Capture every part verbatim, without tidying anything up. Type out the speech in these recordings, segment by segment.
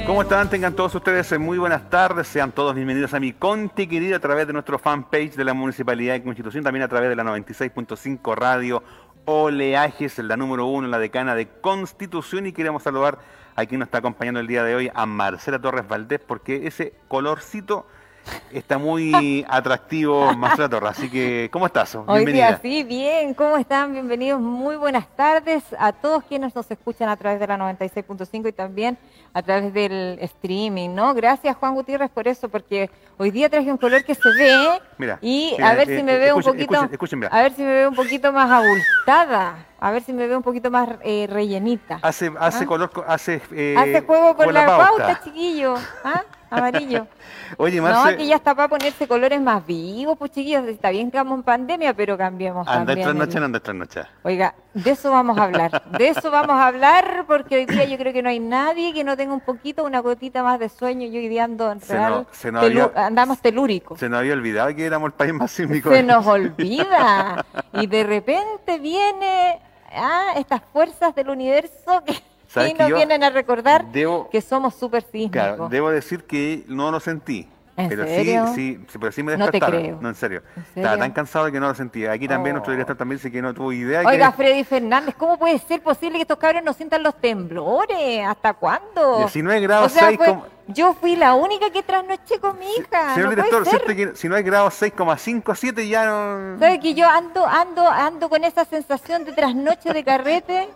¿Cómo están? Tengan todos ustedes muy buenas tardes. Sean todos bienvenidos a mi Conti querido a través de nuestro fanpage de la Municipalidad de Constitución, también a través de la noventa y seis punto cinco Radio Oleajes, la número uno, la decana de Constitución. Y queremos saludar a quien nos está acompañando el día de hoy, a Marcela Torres Valdés, porque ese colorcito está muy atractivo, Marcela Torres. Así que, ¿cómo estás? Bienvenida. Hoy día sí, bien. ¿Cómo están? Bienvenidos. Muy buenas tardes a todos quienes nos escuchan a través de la noventa y seis punto cinco y también a través del streaming, ¿no? Gracias, Juan Gutiérrez, por eso, porque hoy día traje un color que se ve. Mira, y mira, a ver eh, si me eh, veo escuchen, un poquito, escuchen, escuchen, a ver si me veo un poquito más abultada, a ver si me veo un poquito más eh, rellenita. Hace, hace ¿Ah? color, hace, eh, hace juego con, con la, la pauta, pauta chiquillo, ¿ah? Amarillo. Oye, Marce... No, que ya está para ponerse colores más vivos, pues chiquillos. Está bien que vamos en pandemia, pero cambiemos anda también. Anda noche, el... anda noche. Oiga, de eso vamos a hablar. De eso vamos a hablar, porque hoy día yo creo que no hay nadie que no tenga un poquito, una gotita más de sueño. Yo hoy día ando en se real, no, se nos telu... había... andamos telúricos. Se nos había olvidado que éramos el país más sísmico. Se nos olvida. Y de repente viene ah, estas fuerzas del universo que... Y nos vienen a recordar debo, que somos súper sísmicos. Claro, debo decir que no lo sentí. ¿En pero serio? sí, sí, pero sí me No te despertaron. creo. No, en serio. ¿En serio? Estaba tan cansado que no lo sentía. Aquí también Oh. nuestro director también dice que no tuvo idea. Oiga, que... Freddy Fernández, ¿cómo puede ser posible que estos cabros no sientan los temblores? ¿Hasta cuándo? diecinueve grados o sea, seis. fue... Como... Yo fui la única que trasnoché con mi hija. Señor no director, puede ser. ¿siente que si no hay grados seis coma cinco, siete ya no...? ¿Sabe que yo ando, ando, ando con esa sensación de trasnoche de carrete?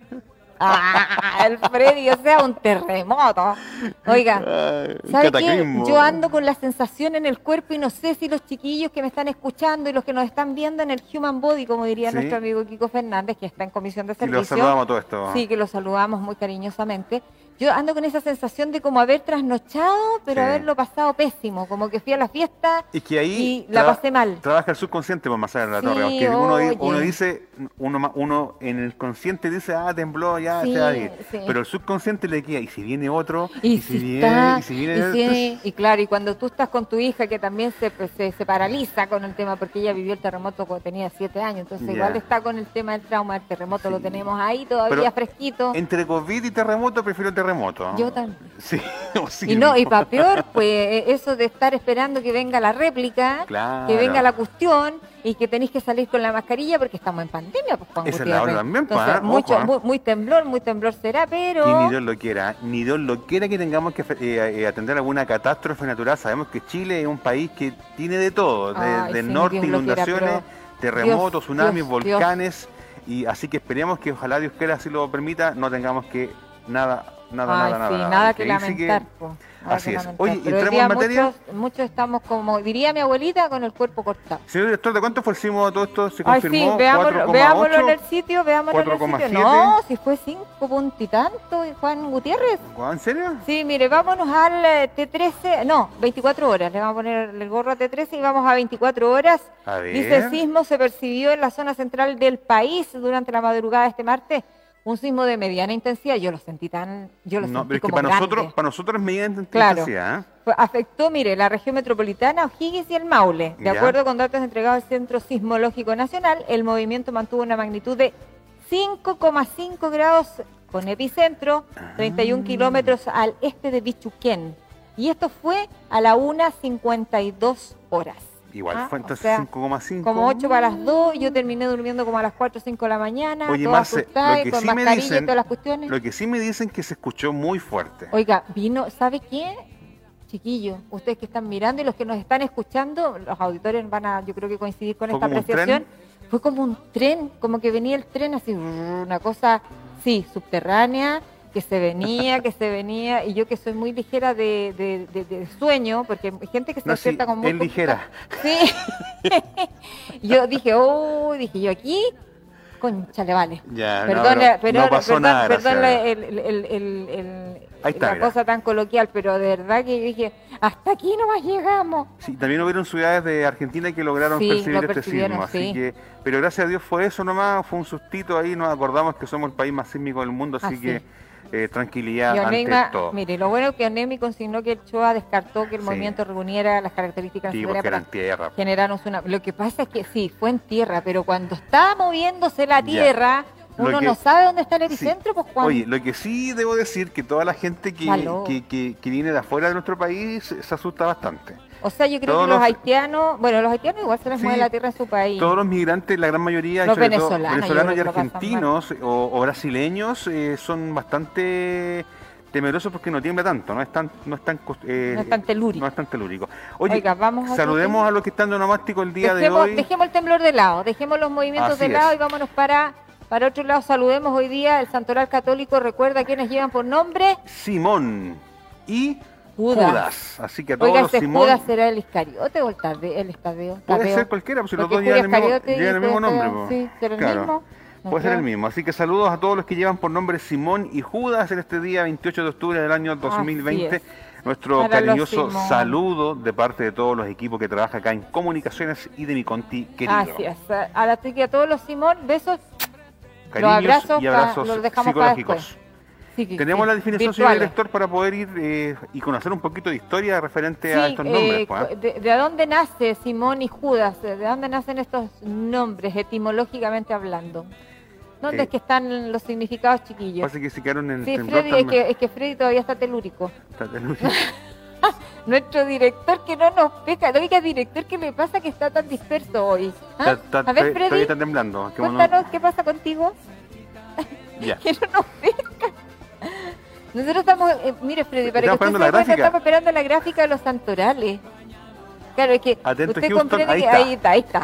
Ah, el Freddy, o sea, un terremoto. Oiga, ¿sabe qué? Yo ando con la sensación en el cuerpo y no sé si los chiquillos que me están escuchando y los que nos están viendo en el Human Body, como diría ¿Sí? nuestro amigo Kiko Fernández, que está en comisión de servicio. Y lo saludamos todo esto. Sí, que lo saludamos muy cariñosamente. Yo ando con esa sensación de como haber trasnochado, pero sí. haberlo pasado pésimo, como que fui a la fiesta y, que ahí y la pasé mal. Trabaja el subconsciente, pues, más allá de la sí, torre. Porque uno, uno oye. dice, uno, uno en el consciente dice, ah, tembló, ya, sí, se va a ir. Sí. Pero el subconsciente le queda, y si viene otro, y, y si, si viene, está, y si viene... Y, si, y claro, y cuando tú estás con tu hija, que también se, se, se paraliza con el tema, porque ella vivió el terremoto cuando tenía siete años, entonces yeah. igual está con el tema del trauma del terremoto, sí. lo tenemos ahí todavía Pero fresquito. Entre COVID y terremoto, prefiero el terremoto. Yo también. Sí, sí, y no, y para peor, pues eso de estar esperando que venga la réplica, claro. que venga la cuestión y que tenéis que salir con la mascarilla porque estamos en pandemia, pues Juan Esa es la hora también, Entonces, pa, mucho, ojo, muy, muy temblor, muy temblor será, pero... Y ni Dios lo quiera, ni Dios lo quiera que tengamos que eh, atender alguna catástrofe natural. Sabemos que Chile es un país que tiene de todo, de, Ay, del sí, norte, Dios inundaciones, quiera, terremotos, Dios, tsunamis, Dios, volcanes, Dios. Y así que esperemos que ojalá Dios quiera, así lo permita, no tengamos que nada... Nada, Ay, nada, sí, nada, nada que lamentar. Que, nada así que es. lamentar. Oye, Pero ¿entramos en materia? Muchos, muchos estamos, como diría mi abuelita, con el cuerpo cortado. Señor director, ¿de cuánto fue el sismo todo esto? ¿Se Ay, confirmó? sí, veámoslo, veámoslo en el sitio, veámoslo en el sitio. No, si fue cinco puntos y tanto, Juan Gutiérrez. ¿En serio? Sí, mire, vámonos al T trece, no, veinticuatro horas. Le vamos a poner el gorro a T trece y vamos a veinticuatro horas. A ver. Dice, el sismo se percibió en la zona central del país durante la madrugada de este martes. Un sismo de mediana intensidad, yo lo sentí tan, yo lo no, sentí pero es como que para grande. nosotros, para nosotros es mediana claro. intensidad. ¿eh? Afectó, mire, la región metropolitana, O'Higgins y el Maule. De ya. acuerdo con datos entregados al Centro Sismológico Nacional, el movimiento mantuvo una magnitud de cinco coma cinco grados con epicentro, treinta y un ah. kilómetros al este de Bichuquén. Y esto fue a la una cincuenta y dos horas. Igual ah, fue entonces o sea, cinco coma cinco. Como ocho para las dos, yo terminé durmiendo como a las cuatro o cinco de la mañana. Oye, toda Marce, asustada, lo que con sí me mascarilla dicen, y todas las cuestiones. Lo que sí me dicen que se escuchó muy fuerte. Oiga, vino, ¿sabe qué? Chiquillos, ustedes que están mirando y los que nos están escuchando, los auditores van a, yo creo que coincidir con esta apreciación. Fue como un tren, como que venía el tren así, una cosa, sí, subterránea, que se venía, que se venía, y yo que soy muy ligera de, de, de, de sueño, porque hay gente que se no, despierta sí, con muy... Es ligera. Sí. Yo dije, oh, dije yo aquí, conchale, vale. Ya, perdona, no, pero, no pasó perdón, nada, perdón la, el, el, el, el, el, Ahí está, la mira. cosa tan coloquial, pero de verdad que yo dije, hasta aquí nomás llegamos. Sí, también hubieron ciudades de Argentina que lograron sí, percibir lo este sismo, así sí. que, pero gracias a Dios fue eso nomás, fue un sustito ahí, nos acordamos que somos el país más sísmico del mundo, así, así. que eh, tranquilidad Onegma, ante todo. Mire, lo bueno es que Onegma consignó que el Choa descartó que el sí. movimiento reuniera las características sí, necesarias para tierra. generar un tsunami. Lo que pasa es que sí, fue en tierra, pero cuando estaba moviéndose la tierra, yeah. Uno que, no sabe dónde está el epicentro, sí. pues Juan. Oye, lo que sí debo decir que toda la gente que, que, que, que viene de afuera de nuestro país se asusta bastante. O sea, yo creo todos que los, los haitianos, bueno, los haitianos igual se les sí, mueve la tierra en su país. Todos los migrantes, la gran mayoría, los sobre venezolanos, todo venezolanos y argentinos o, o brasileños, eh, son bastante temerosos porque no tiembla tanto, no es tan, no es tan, eh, no es tan telúrico. No es tan telúrico. Oye, Oiga, vamos a saludemos a los que están de onomástico el día dejemos, de hoy. Dejemos el temblor de lado, dejemos los movimientos Así de lado es. y vámonos para, para otro lado. Saludemos hoy día el Santoral Católico. Recuerda a quienes llevan por nombre Simón y Judas. Judas. Así que a todos Oiga, los ese Simón... Judas será el Iscariote o el Tadeo. El Tadeo. Puede ser cualquiera, pues si los dos llevan el mismo, llevan el mismo nombre. Pues. Sí, será el claro. mismo. No Puede creo. ser el mismo. Así que saludos a todos los que llevan por nombre Simón y Judas en este día veintiocho de octubre del año dos mil veinte. Nuestro Para cariñoso saludo de parte de todos los equipos que trabajan acá en comunicaciones y de mi Conti querido. Así es. A, la, a todos los Simón, besos, cariños los abrazos, y abrazos los dejamos psicológicos. Sí, que, Tenemos sí, la definición, señor director, para poder ir eh, y conocer un poquito de historia referente sí, a estos nombres. Eh, pues, ¿eh? de, ¿De dónde nace Simón y Judas? ¿De dónde nacen estos nombres, etimológicamente hablando? ¿Dónde eh, es que están los significados, chiquillos? Parece que se quedaron en Sí, Freddy, es que, es que Freddy todavía está telúrico. Está telúrico. Nuestro director que no nos pesca. Oiga, director, ¿qué le pasa que está tan disperso hoy? ¿Ah? Está, está, a ver, Freddy, todavía está temblando. Cuéntanos, no... ¿qué pasa contigo? Ya. Que no nos pesca. Nosotros estamos, eh, mire Freddy, para estamos que usted la sepa, estamos esperando la gráfica de los santorales. Claro, es que Atento, usted Houston, comprende ahí que está. ahí está, ahí está.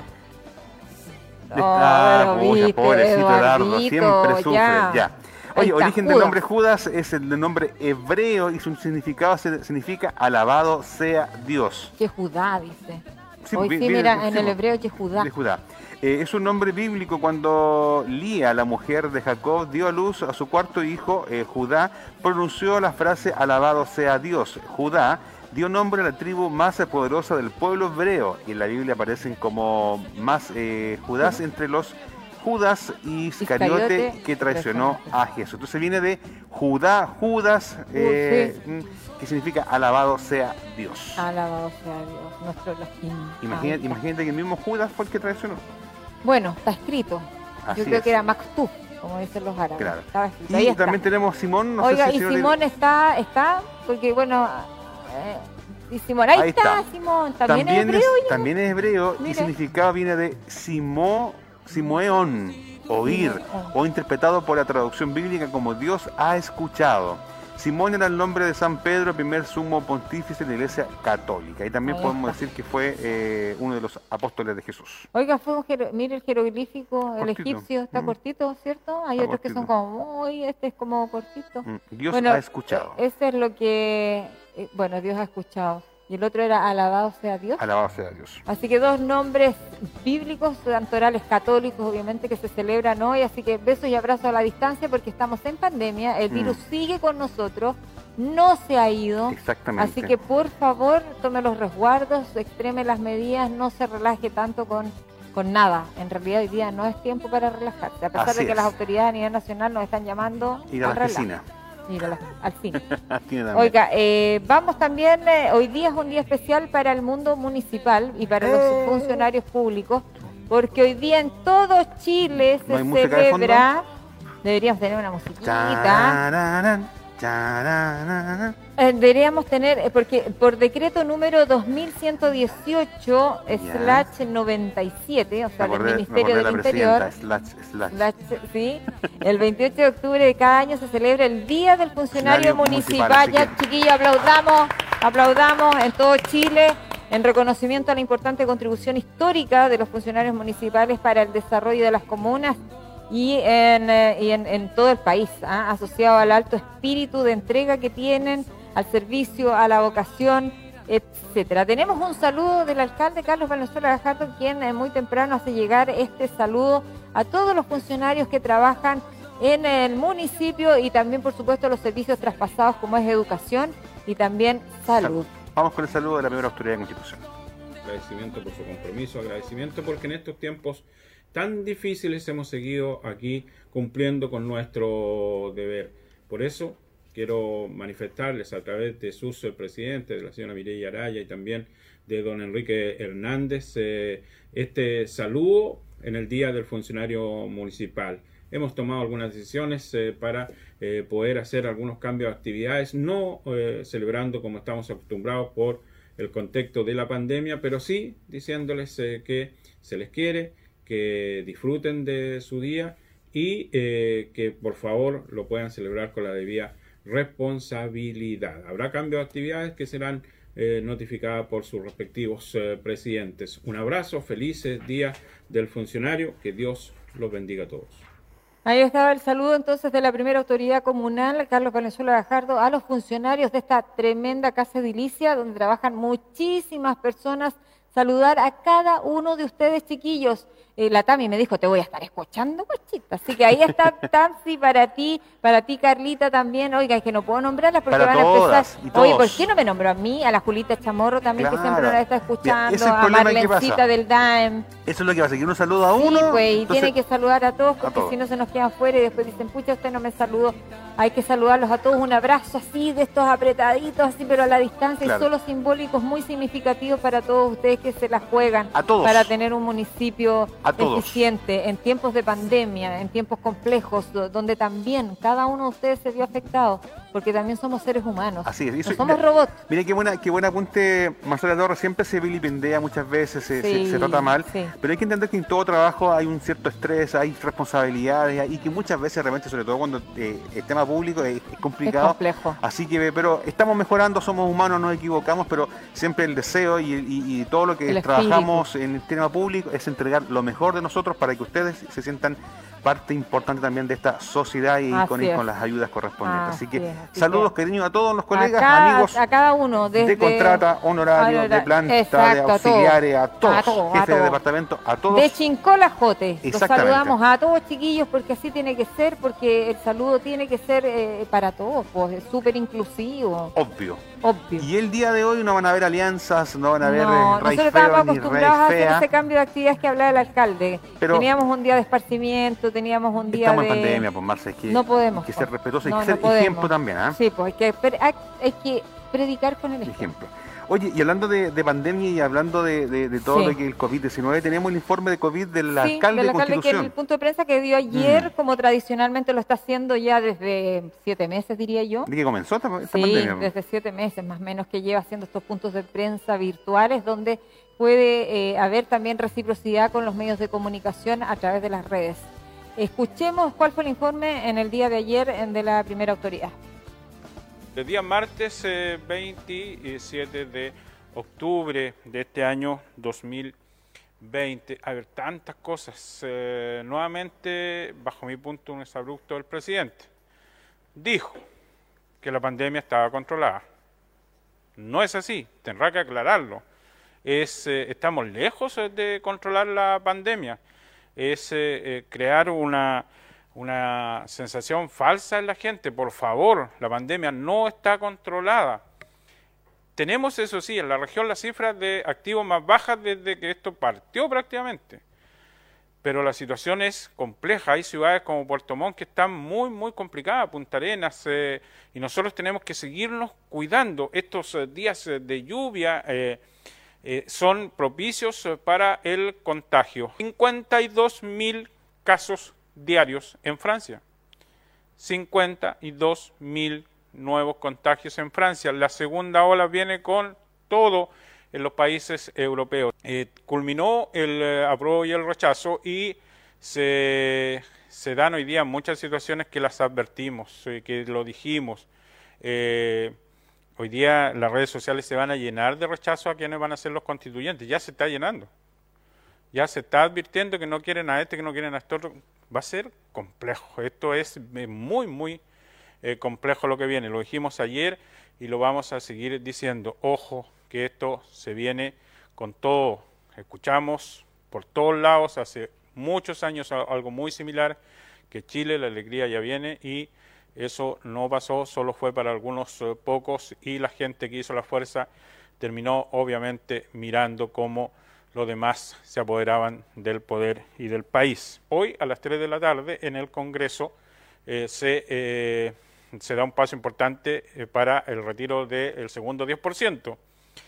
Ah, oh, pucha, pobrecito Eduardo, siempre sufre. Ya. ya. Oye, está, origen Judas. del nombre Judas es el de nombre hebreo y su significado significa alabado sea Dios. Yehudá, dice. Sí, Hoy vi, sí, vi, mira, vi, en sí, el hebreo Yehudá. Yehudá. Eh, es un nombre bíblico cuando Lía, la mujer de Jacob, dio a luz a su cuarto hijo, eh, Judá, pronunció la frase alabado sea Dios. Judá dio nombre a la tribu más poderosa del pueblo hebreo y en la Biblia aparecen como más eh, Judás entre los Judas y Iscariote que traicionó a Jesús. Entonces viene de Judá, Judas, eh, uh, sí. que significa alabado sea Dios. Alabado sea Dios, nuestro Elohim. Imagínate, imagínate que el mismo Judas fue el que traicionó. Bueno, está escrito. Así Yo creo es. que era Maktub, como dicen los árabes. Claro. Estaba escrito. Y Ahí también está. tenemos Simón. No Oiga, sé si y señor Simón le... está, está, porque bueno, eh, y Simón, ahí, ahí está, está, Simón, también, también es hebreo. Es, también es hebreo. Mire. Y significado viene de Simó, Simoeón, oír, Simoeón. O interpretado por la traducción bíblica como Dios ha escuchado. Simón era el nombre de San Pedro, primer sumo pontífice de la Iglesia Católica. Y también Ahí podemos está. decir que fue eh, uno de los apóstoles de Jesús. Oiga, fue un mire el jeroglífico, cortito. El egipcio, está mm. cortito, ¿cierto? Hay está otros cortito. que son como, uy, este es como cortito. Mm. Dios bueno, ha escuchado. Ese es lo que, eh, bueno, Dios ha escuchado. Y el otro era alabado sea Dios. Alabado sea Dios. Así que dos nombres bíblicos, santorales católicos, obviamente, que se celebran hoy. Así que besos y abrazos a la distancia porque estamos en pandemia. El virus mm. sigue con nosotros, no se ha ido. Exactamente. Así que por favor, tome los resguardos, extreme las medidas, no se relaje tanto con, con nada. En realidad hoy día no es tiempo para relajarse. A pesar Así de que es. las autoridades a nivel nacional nos están llamando Ir a la oficina. Mírala, al cine. Oiga, eh, vamos también, eh, hoy día es un día especial para el mundo municipal y para eh. los funcionarios públicos, porque hoy día en todo Chile se ¿No celebra, deberíamos tener una musiquita, Tararán, eh, deberíamos tener, porque por decreto número dos mil ciento dieciocho slash noventa y siete, o sea, acordé, del Ministerio del Interior, slash, slash. Slash, sí, el veintiocho de octubre de cada año se celebra el Día del Funcionario, Funcionario Municipal. municipal ya, que... chiquillos, aplaudamos, aplaudamos en todo Chile en reconocimiento a la importante contribución histórica de los funcionarios municipales para el desarrollo de las comunas y en, eh, y en, en todo el país, ¿eh? asociado al alto espíritu de entrega que tienen, al servicio, a la vocación, etcétera. Tenemos un saludo del alcalde Carlos Valenzuela Gajardo, quien eh, muy temprano hace llegar este saludo a todos los funcionarios que trabajan en el municipio y también, por supuesto, los servicios traspasados como es educación y también salud. Vamos con el saludo de la primera autoridad de Constitución. Agradecimiento por su compromiso, agradecimiento porque en estos tiempos tan difíciles hemos seguido aquí cumpliendo con nuestro deber. Por eso quiero manifestarles a través de su presidente, de la señora Mireya Araya y también de don Enrique Hernández, eh, este saludo en el Día del Funcionario Municipal. hemos tomado algunas decisiones eh, para eh, poder hacer algunos cambios de actividades, no eh, celebrando como estamos acostumbrados por el contexto de la pandemia, pero sí diciéndoles eh, que se les quiere, que disfruten de su día y eh, que por favor lo puedan celebrar con la debida responsabilidad. Habrá cambios de actividades que serán eh, notificadas por sus respectivos eh, presidentes. Un abrazo, felices días del funcionario, que Dios los bendiga a todos. Ahí estaba el saludo entonces de la primera autoridad comunal, Carlos Valenzuela Gajardo, a los funcionarios de esta tremenda Casa Edilicia, donde trabajan muchísimas personas. Saludar a cada uno de ustedes, chiquillos. Eh, la Tami me dijo, te voy a estar escuchando, cochita. Así que ahí está Tamsi para ti, para ti, Carlita, también. Oiga, es que no puedo nombrarlas porque para van todas, a empezar. Oye, ¿por qué no me nombró a mí? A la Julita Chamorro también, claro, que siempre nos está escuchando. Mira, a Marlencita del D A E M. Eso es lo que va a seguir, un saludo a uno. Sí, pues, y entonces, tiene que saludar a todos, porque todos. si no se nos quedan fuera y después dicen, pucha, usted no me saludó. Hay que saludarlos a todos, un abrazo así, de estos apretaditos, así, pero a la distancia, claro. y solo simbólicos, muy significativos para todos ustedes que se las juegan. A todos. Para tener un municipio A todos. eficiente en tiempos de pandemia, en tiempos complejos, donde también cada uno de ustedes se vio afectado, porque también somos seres humanos. Así es. No Eso, somos mira, robots. Mire qué buena, qué buen apunte, Marcela Torres. Siempre se vilipendea muchas veces, se, Sí, se, se trata mal, sí. pero hay que entender que en todo trabajo hay un cierto estrés, hay responsabilidades y que muchas veces realmente, sobre todo cuando eh, el tema público es, es complicado. Es complejo. Así que, pero estamos mejorando, somos humanos, nos equivocamos, pero siempre el deseo y, y, y todo lo que El trabajamos en el tema público es entregar lo mejor de nosotros para que ustedes se sientan parte importante también de esta sociedad y con, y con las ayudas correspondientes. Así, Así que es, así saludos, que cariño, a todos los colegas, a cada, amigos a cada uno, desde de contrata, honorario, Ahora, de planta, exacto, de auxiliares, a todos, a todos, a jefes de todos. departamento, a todos. De Chincola Jote. Los Exactamente. saludamos a todos, chiquillos, porque así tiene que ser, porque el saludo tiene que ser eh, para todos, pues es súper inclusivo. Obvio. Obvio. Y el día de hoy no van a haber alianzas, no van a haber No, eh, rey nosotros feo estábamos ni rey acostumbrados a hacer fea. ese cambio de actividades que hablaba el alcalde. Pero teníamos un día de esparcimiento, teníamos un día Estamos de... en pandemia, pues Marce, hay que, no podemos, hay que ser pues. respetuosos, No, hay que no ser podemos. ejemplo también, ¿ah? Sí, pues hay que, pre- hay- hay que predicar con el ejemplo. Ejemplo. Oye, y hablando de, de pandemia y hablando de, de, de todo Sí. lo que el COVID diecinueve, tenemos el informe de COVID del Sí, alcalde del de alcalde, que Constitución. el punto de prensa que dio ayer, Mm. como tradicionalmente lo está haciendo ya desde siete meses, diría yo. ¿De qué comenzó esta, esta Sí, pandemia? desde siete meses más o menos que lleva haciendo estos puntos de prensa virtuales donde puede eh, haber también reciprocidad con los medios de comunicación a través de las redes. Escuchemos cuál fue el informe en el día de ayer en de la primera autoridad. El día martes eh, veintisiete de octubre de este año dos mil veinte. A ver, tantas cosas. Eh, nuevamente, bajo mi punto, un exabrupto del presidente. Dijo que la pandemia estaba controlada. No es así, tendrá que aclararlo. Es, eh, estamos lejos de controlar la pandemia. Es eh, eh, crear una, una sensación falsa en la gente. Por favor, la pandemia no está controlada. Tenemos, eso sí, en la región las cifras de activos más bajas desde que esto partió prácticamente. Pero la situación es compleja. Hay ciudades como Puerto Montt que están muy, muy complicadas, Punta Arenas, eh, y nosotros tenemos que seguirnos cuidando. Estos eh, días eh, de lluvia eh, eh, son propicios eh, para el contagio. cincuenta y dos mil casos diarios en Francia. cincuenta y dos mil nuevos contagios en Francia. La segunda ola viene con todo en los países europeos. Eh, culminó el eh, apruebo y el rechazo y se, se dan hoy día muchas situaciones que las advertimos, eh, que lo dijimos. Eh, hoy día las redes sociales se van a llenar de rechazo a quienes van a ser los constituyentes. Ya se está llenando. Ya se está advirtiendo que no quieren a este, que no quieren a este otro. Va a ser complejo. Esto es muy, muy eh, complejo lo que viene. Lo dijimos ayer y lo vamos a seguir diciendo. Ojo, que esto se viene con todo. Escuchamos por todos lados hace muchos años algo muy similar, que Chile, la alegría ya viene, y eso no pasó, solo fue para algunos eh, pocos, y la gente que hizo la fuerza terminó obviamente mirando cómo los demás se apoderaban del poder y del país. Hoy a las tres de la tarde en el Congreso eh, se, eh, se da un paso importante eh, para el retiro del segundo diez por ciento.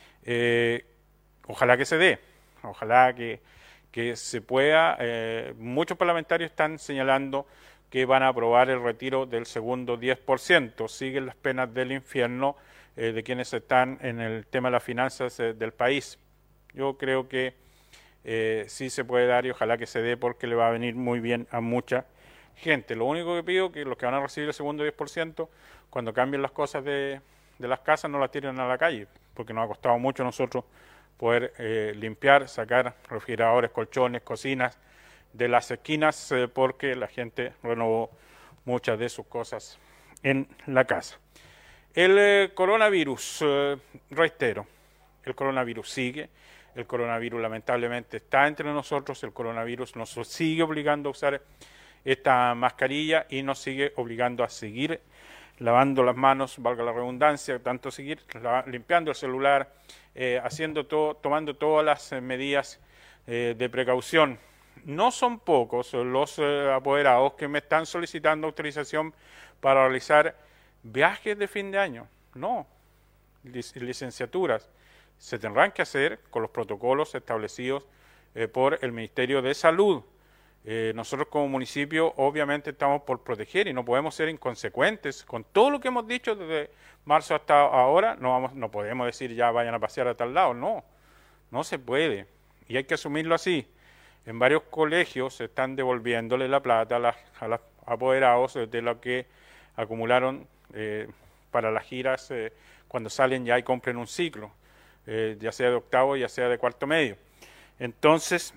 Eh, ojalá que se dé, ojalá que, que se pueda. Eh, muchos parlamentarios están señalando que van a aprobar el retiro del segundo diez por ciento. Siguen las penas del infierno eh, de quienes están en el tema de las finanzas eh, del país. Yo creo que eh, sí se puede dar y ojalá que se dé porque le va a venir muy bien a mucha gente. Lo único que pido es que los que van a recibir el segundo diez por ciento, cuando cambien las cosas de, de las casas, no las tiren a la calle, porque nos ha costado mucho a nosotros poder eh, limpiar, sacar refrigeradores, colchones, cocinas de las esquinas, eh, porque la gente renovó muchas de sus cosas en la casa. El eh, coronavirus, eh, reitero, el coronavirus sigue, el coronavirus lamentablemente está entre nosotros, el coronavirus nos sigue obligando a usar esta mascarilla y nos sigue obligando a seguir lavando las manos, valga la redundancia, tanto seguir la, limpiando el celular, eh, haciendo todo, tomando todas las eh, medidas eh, de precaución. No son pocos los eh, apoderados que me están solicitando autorización para realizar viajes de fin de año. No, lic licenciaturas se tendrán que hacer con los protocolos establecidos eh, por el Ministerio de Salud. Eh, nosotros como municipio obviamente estamos por proteger y no podemos ser inconsecuentes con todo lo que hemos dicho desde marzo hasta ahora. No vamos, no podemos decir ya vayan a pasear a tal lado, no, no se puede y hay que asumirlo así. En varios colegios se están devolviéndole la plata a, la, a los apoderados de lo que acumularon eh, para las giras eh, cuando salen ya y compren un ciclo, eh, ya sea de octavo, ya sea de cuarto medio. Entonces,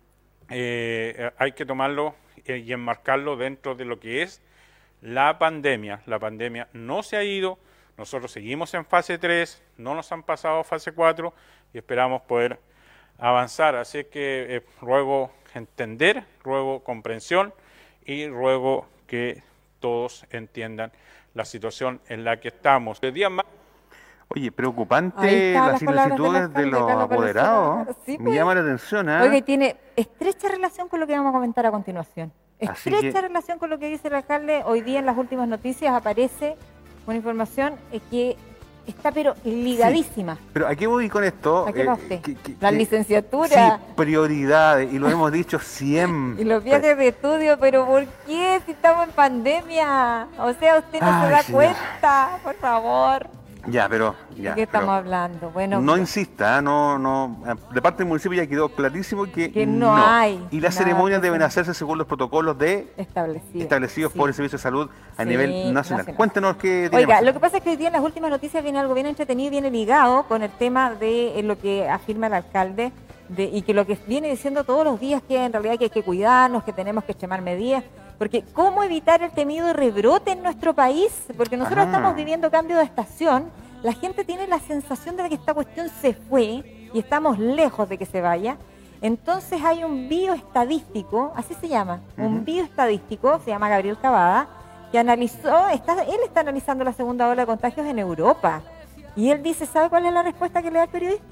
eh, hay que tomarlo y enmarcarlo dentro de lo que es la pandemia. La pandemia no se ha ido, nosotros seguimos en fase tres, no nos han pasado a fase cuatro y esperamos poder avanzar, así que eh, ruego entender, ruego comprensión y ruego que todos entiendan la situación en la que estamos. El día más... Oye, preocupante las, las solicitudes de, de los apoderados, sí, pues. Me llama la atención. ¿eh? Oye, tiene estrecha relación con lo que vamos a comentar a continuación. Estrecha que... relación con lo que dice el alcalde. Hoy día en las últimas noticias aparece una información eh, que está pero ligadísima. Sí, pero ¿a qué voy con esto? ¿A qué va usted? Eh, que, que, Las licenciaturas. Sí, prioridades, y lo hemos dicho siempre. Y los viajes de estudio, pero ¿por qué si estamos en pandemia? O sea, usted no Ay, se da sí, cuenta, ya. Por favor. Ya, pero... Ya, ¿de qué estamos hablando? Bueno, no insista, no, no, de parte del municipio ya quedó clarísimo que, que no, no hay. Y las ceremonias deben hacerse según los protocolos de establecidos, establecidos sí. por el Servicio de Salud a sí, nivel nacional. nacional. Cuéntenos qué tiene. Oiga, lo que pasa es que hoy día en las últimas noticias viene algo bien entretenido y viene ligado con el tema de lo que afirma el alcalde de, y que lo que viene diciendo todos los días que en realidad que hay que cuidarnos, que tenemos que extremar medidas. Porque ¿cómo evitar el temido rebrote en nuestro país? Porque nosotros Ajá. estamos viviendo cambio de estación. La gente tiene la sensación de que esta cuestión se fue y estamos lejos de que se vaya. Entonces hay un bioestadístico, así se llama, uh-huh. un bioestadístico, se llama Gabriel Cavada, que analizó, está, él está analizando la segunda ola de contagios en Europa. Y él dice, ¿sabe cuál es la respuesta que le da el periodista?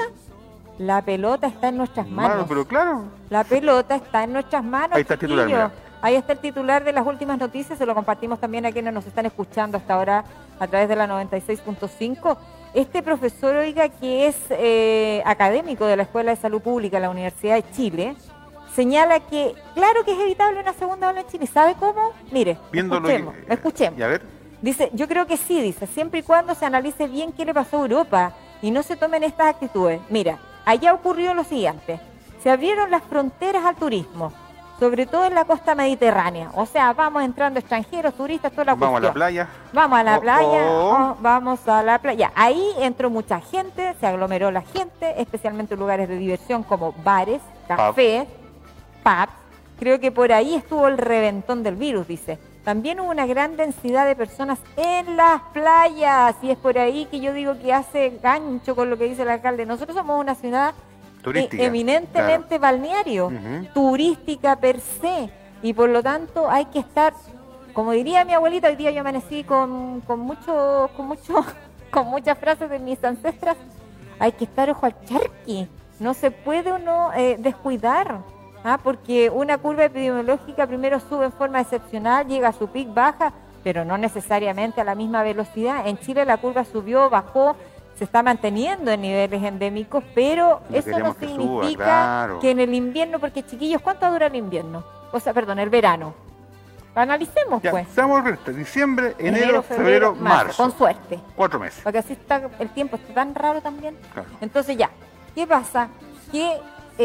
La pelota está en nuestras manos. Claro, pero claro. La pelota está en nuestras manos. Ahí está el titular, mira. Ahí está el titular de las últimas noticias, se lo compartimos también a quienes nos están escuchando hasta ahora a través de la noventa y seis punto cinco. Este profesor, oiga, que es eh, académico de la Escuela de Salud Pública de la Universidad de Chile, señala que, claro que es evitable una segunda ola en Chile. ¿Sabe cómo? Mire, Viéndolo escuchemos, que, escuchemos. Y a ver. Dice, yo creo que sí, dice, siempre y cuando se analice bien qué le pasó a Europa y no se tomen estas actitudes. Mira, allá ocurrió lo siguiente, se abrieron las fronteras al turismo, sobre todo en la costa mediterránea. O sea, vamos entrando extranjeros, turistas, toda la cuestión. Vamos a la playa. Vamos a la oh, playa, oh. Oh, vamos a la playa. Ahí entró mucha gente, se aglomeró la gente, especialmente en lugares de diversión como bares, cafés, pubs. Creo que por ahí estuvo el reventón del virus, dice. También hubo una gran densidad de personas en las playas, y es por ahí que yo digo que hace gancho con lo que dice el alcalde. Nosotros somos una ciudad turística, eminentemente claro. balneario, uh-huh. turística per se, y por lo tanto hay que estar, como diría mi abuelita, hoy día yo amanecí con, con mucho, con mucho, con muchas frases de mis ancestras, hay que estar ojo al charqui, no se puede uno eh, descuidar, ¿ah? Porque una curva epidemiológica primero sube en forma excepcional, llega a su pic, baja, pero no necesariamente a la misma velocidad. En Chile la curva subió, bajó, se está manteniendo en niveles endémicos, pero no eso no significa que, suba, claro. que en el invierno, porque chiquillos, ¿cuánto dura el invierno? O sea, perdón, el verano. Analicemos, ya, pues. Seamos realistas. Diciembre, enero, enero febrero, febrero marzo. marzo. Con suerte. Cuatro meses. Porque así está, el tiempo está tan raro también. Claro. Entonces ya, ¿qué pasa? Que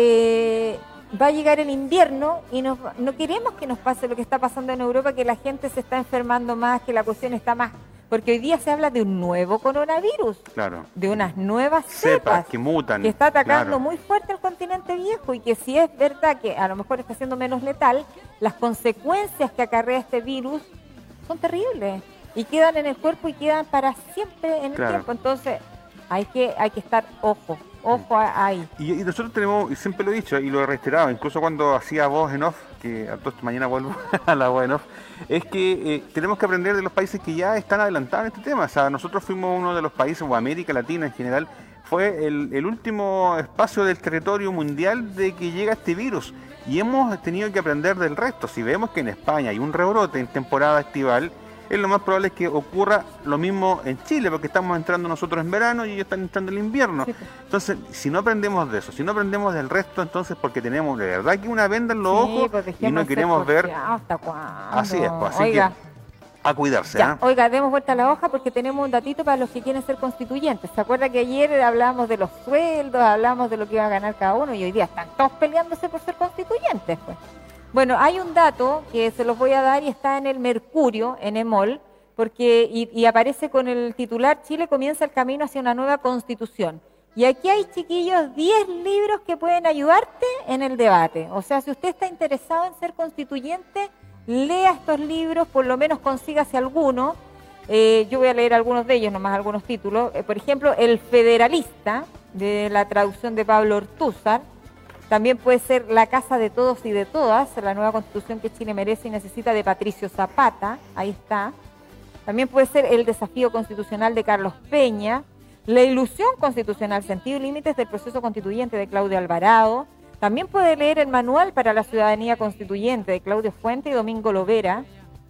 eh, va a llegar el invierno y nos, no queremos que nos pase lo que está pasando en Europa, que la gente se está enfermando más, que la cuestión está más... Porque hoy día se habla de un nuevo coronavirus, claro, de unas nuevas cepas, cepas que mutan, que está atacando claro. muy fuerte el continente viejo y que si es verdad que a lo mejor está siendo menos letal, las consecuencias que acarrea este virus son terribles y quedan en el cuerpo y quedan para siempre en el claro. tiempo. Entonces hay que hay que estar ojo, ojo ahí. Y, y nosotros tenemos, y siempre lo he dicho y lo he reiterado, incluso cuando hacía voz en off, que a todos mañana vuelvo a la voz en off, es que eh, tenemos que aprender de los países que ya están adelantados en este tema. O sea, nosotros fuimos uno de los países, o América Latina en general, fue el, el último espacio del territorio mundial de que llega este virus. Y hemos tenido que aprender del resto. Si vemos que en España hay un rebrote en temporada estival, es lo más probable que ocurra lo mismo en Chile, porque estamos entrando nosotros en verano y ellos están entrando en invierno. Sí. Entonces, si no aprendemos de eso, si no aprendemos del resto, entonces porque tenemos de verdad que una venda en los sí, ojos pues y no queremos ver... ¿Hasta cuándo? Así es, pues, así Oiga. que a cuidarse. Ya, ¿eh? Oiga, demos vuelta a la hoja porque tenemos un datito para los que quieren ser constituyentes. ¿Se acuerda que ayer hablamos de los sueldos, hablamos de lo que iba a ganar cada uno y hoy día están todos peleándose por ser constituyentes? Pues. Bueno, hay un dato que se los voy a dar y está en el Mercurio, en EMOL, porque y, y aparece con el titular Chile comienza el camino hacia una nueva constitución. Y aquí hay, chiquillos, diez libros que pueden ayudarte en el debate. O sea, si usted está interesado en ser constituyente, lea estos libros, por lo menos consígase alguno. Eh, yo voy a leer algunos de ellos, nomás algunos títulos. Eh, por ejemplo, El Federalista, de la traducción de Pablo Ortúzar. También puede ser La Casa de Todos y de Todas, la nueva constitución que Chile merece y necesita, de Patricio Zapata. Ahí está. También puede ser El Desafío Constitucional, de Carlos Peña. La Ilusión Constitucional, Sentido y Límites del Proceso Constituyente, de Claudio Alvarado. También puede leer El Manual para la Ciudadanía Constituyente, de Claudio Fuente y Domingo Lovera.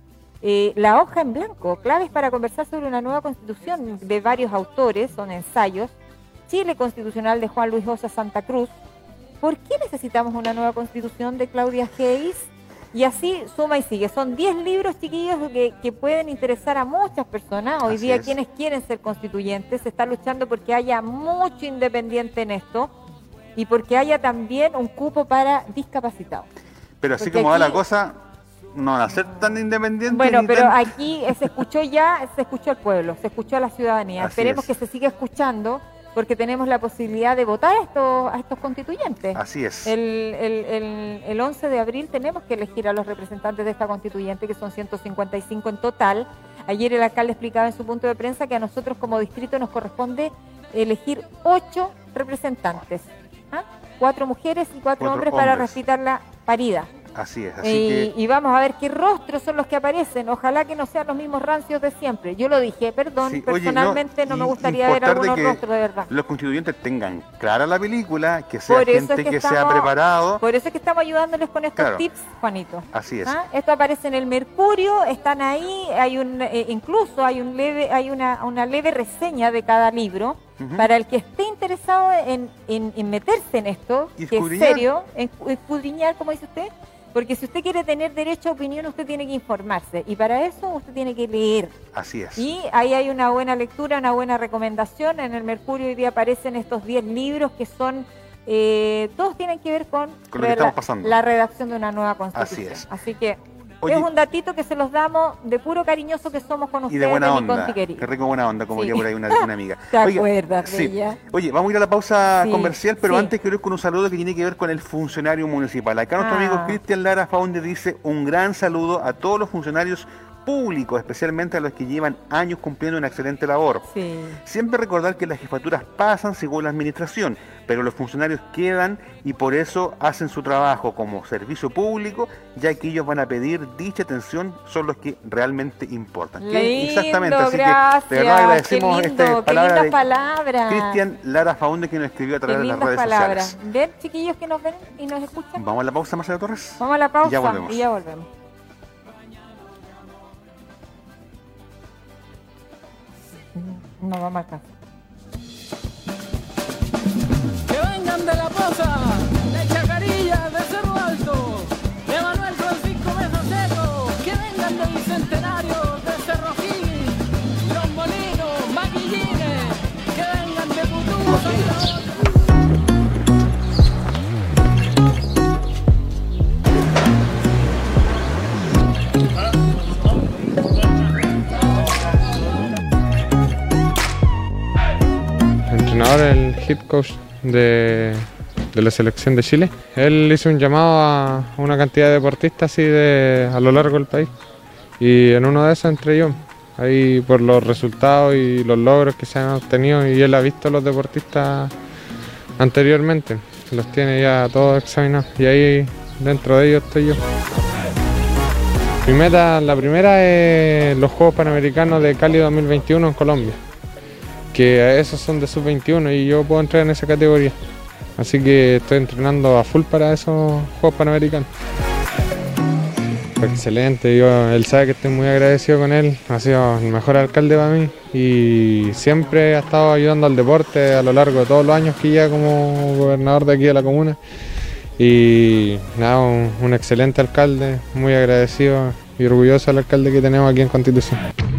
Eh, la Hoja en Blanco, Claves para conversar sobre una nueva constitución, de varios autores, son ensayos. Chile Constitucional, de Juan Luis Osa Santa Cruz. ¿Por qué necesitamos una nueva constitución, de Claudia Hayes? Y así suma y sigue. Son diez libros, chiquillos, que, que pueden interesar a muchas personas. Hoy Así día es. Quienes quieren ser constituyentes se está luchando porque haya mucho independiente en esto y porque haya también un cupo para discapacitados. Pero así porque como aquí, va la cosa, no van a ser tan independientes. Bueno, ni pero tan... aquí se escuchó ya, se escuchó al pueblo, se escuchó a la ciudadanía. Así Esperemos es. que se siga escuchando, porque tenemos la posibilidad de votar a estos, a estos constituyentes. Así es. El, el, el, el once de abril tenemos que elegir a los representantes de esta constituyente, que son ciento cincuenta y cinco en total. Ayer el alcalde explicaba en su punto de prensa que a nosotros como distrito nos corresponde elegir ocho representantes. ¿Ah? Cuatro mujeres y cuatro, Cuatro hombres, para hombres. respetar la paridad. Así es, así Y, que... y vamos a ver qué rostros son los que aparecen. Ojalá que no sean los mismos rancios de siempre. Yo lo dije, perdón, Sí, oye, personalmente no, y no me gustaría ver importar de algunos que rostros de verdad. los constituyentes tengan clara la película, que sea Por eso gente es que, que, estamos, sea preparado. Por eso es que estamos ayudándoles con estos Claro. tips, Juanito. Así es. ¿Ah? Esto aparece en el Mercurio, están ahí, hay un, eh, incluso hay un leve, hay una, una leve reseña de cada libro. Ujú. Para el que esté interesado en, en, en meterse en esto, Y que es escudriñar. serio, en escudriñar, como dice usted, porque si usted quiere tener derecho a opinión, usted tiene que informarse, y para eso usted tiene que leer. Así es. Y ahí hay una buena lectura, una buena recomendación. En el Mercurio hoy día aparecen estos diez libros que son, eh, todos tienen que ver con, Con lo que estamos pasando. la redacción de una nueva constitución. Así es. Así que Oye, es un datito que se los damos de puro cariñoso que somos con y ustedes, de buena mi onda. conti querido. Qué rico buena onda, como Sí. que por ahí una, una amiga. ¿Te Oiga, acuerdas de sí. ella? Oye, vamos a ir a la pausa Sí, comercial, pero sí. antes quiero ir con un saludo que tiene que ver con el funcionario municipal. Acá nuestro Ah. amigo Cristian Lara Faunde dice un gran saludo a todos los funcionarios públicos, especialmente a los que llevan años cumpliendo una excelente labor. Sí. Siempre recordar que las jefaturas pasan según la administración, pero los funcionarios quedan y por eso hacen su trabajo como servicio público, ya que ellos van a pedir dicha atención, son los que realmente importan. Que Lindo, exactamente, así gracias. que de verdad agradecemos Qué lindo, esta qué palabra lindas de palabras. Cristian Lara Faunde, que nos escribió a Qué través de las lindas redes palabras. sociales. ¿Ven, chiquillos, que nos ven y nos escuchan? Vamos a la pausa, Marcela Torres. Vamos a la pausa Ya volvemos. y ya volvemos. No vamos a alcanzar. Que vengan de La Poza, de Chacarilla, de Cerro Alto, de Manuel Francisco Mesa Cerro, que vengan entrenador, el head coach de, de la selección de Chile. Él hizo un llamado a una cantidad de deportistas así de, a lo largo del país. Y en uno de esos entré yo, ahí por los resultados y los logros que se han obtenido, y él ha visto a los deportistas anteriormente, los tiene ya todos examinados, y ahí dentro de ellos estoy yo. Mi meta, la primera, es los Juegos Panamericanos de Cali dos mil veintiuno en Colombia, que esos son de sub veintiuno y yo puedo entrar en esa categoría, así que estoy entrenando a full para esos Juegos Panamericanos. Excelente, yo, él sabe que estoy muy agradecido con él, ha sido el mejor alcalde para mí y siempre ha estado ayudando al deporte a lo largo de todos los años que lleva como gobernador de aquí de la comuna. Y nada, un, un excelente alcalde, muy agradecido y orgulloso del alcalde que tenemos aquí en Constitución.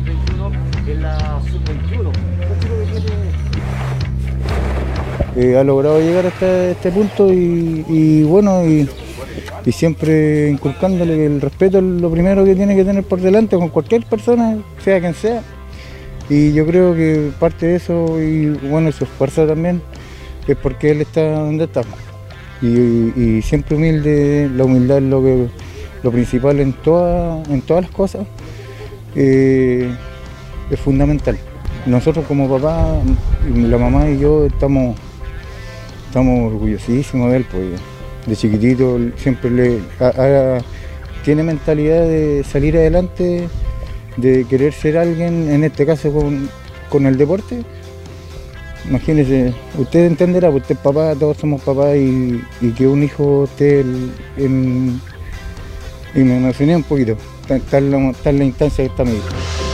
Eh, ha logrado llegar hasta este punto y, y bueno, y, y siempre inculcándole que el respeto es lo primero que tiene que tener por delante con cualquier persona, sea quien sea. Y yo creo que parte de eso, y bueno, su esfuerzo también, es porque él está donde está. Y, y siempre humilde, la humildad es lo, que, lo principal en, toda, en todas las cosas, eh, es fundamental. Nosotros como papá, la mamá y yo estamos, estamos orgullosísimos de él, pues de chiquitito siempre le, a, a, tiene mentalidad de salir adelante, de querer ser alguien, en este caso con, con el deporte. Imagínese, usted entenderá, porque usted es papá, todos somos papás, y, y que un hijo esté en... Y me emocioné un poquito, está en la, está en la instancia que está mi hijo.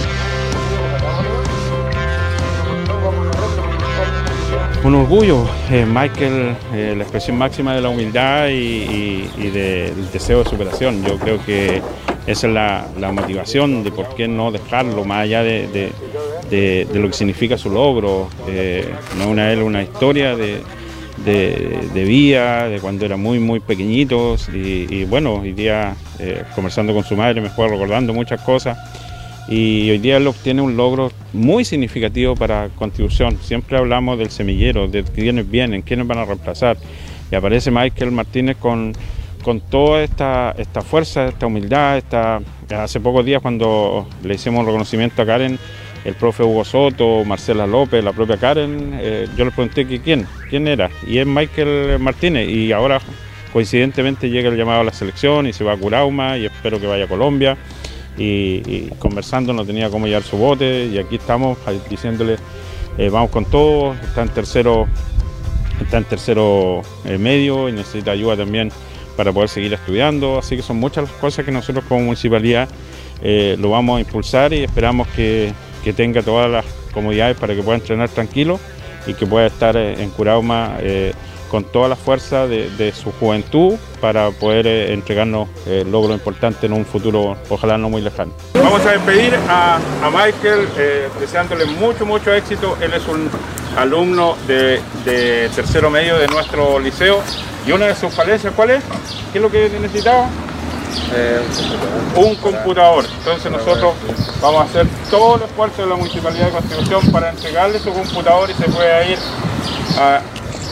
Un orgullo, eh, Michael, eh, la expresión máxima de la humildad y, y, y de, del deseo de superación. Yo creo que esa es la, la motivación de por qué no dejarlo, más allá de, de, de, de lo que significa su logro. Eh, no es una, una historia de, de, de vida, de cuando era muy, muy pequeñitos. Y, y bueno, hoy día, eh, conversando con su madre, me fue recordando muchas cosas. Y hoy día él obtiene un logro muy significativo para Constitución. Siempre hablamos del semillero, de quiénes vienen, quiénes van a reemplazar. Y aparece Michael Martínez con, con toda esta, esta fuerza, esta humildad. Esta... Hace pocos días, cuando le hicimos un reconocimiento a Karen, el profe Hugo Soto, Marcela López, la propia Karen, eh, yo le pregunté que quién, quién era. Y es Michael Martínez. Y ahora, coincidentemente, llega el llamado a la selección y se va a Curauma y espero que vaya a Colombia. Y, y conversando, no tenía cómo llevar su bote, y aquí estamos diciéndole eh, vamos con todo. Está en tercero, está en tercero eh, medio y necesita ayuda también para poder seguir estudiando, así que son muchas las cosas que nosotros como municipalidad eh, lo vamos a impulsar, y esperamos que, que tenga todas las comodidades para que pueda entrenar tranquilo y que pueda estar eh, en Curauma eh, con toda la fuerza de, de su juventud para poder eh, entregarnos eh, logros importantes en un futuro, ojalá no muy lejano. Vamos a despedir a, a Michael, eh, deseándole mucho, mucho éxito. Él es un alumno de, de tercero medio de nuestro liceo, y una de sus falencias, ¿cuál es? ¿Qué es lo que necesitaba? Eh, un computador. Entonces nosotros vamos a hacer todo el esfuerzo de la Municipalidad de Constitución para entregarle su computador y se pueda ir a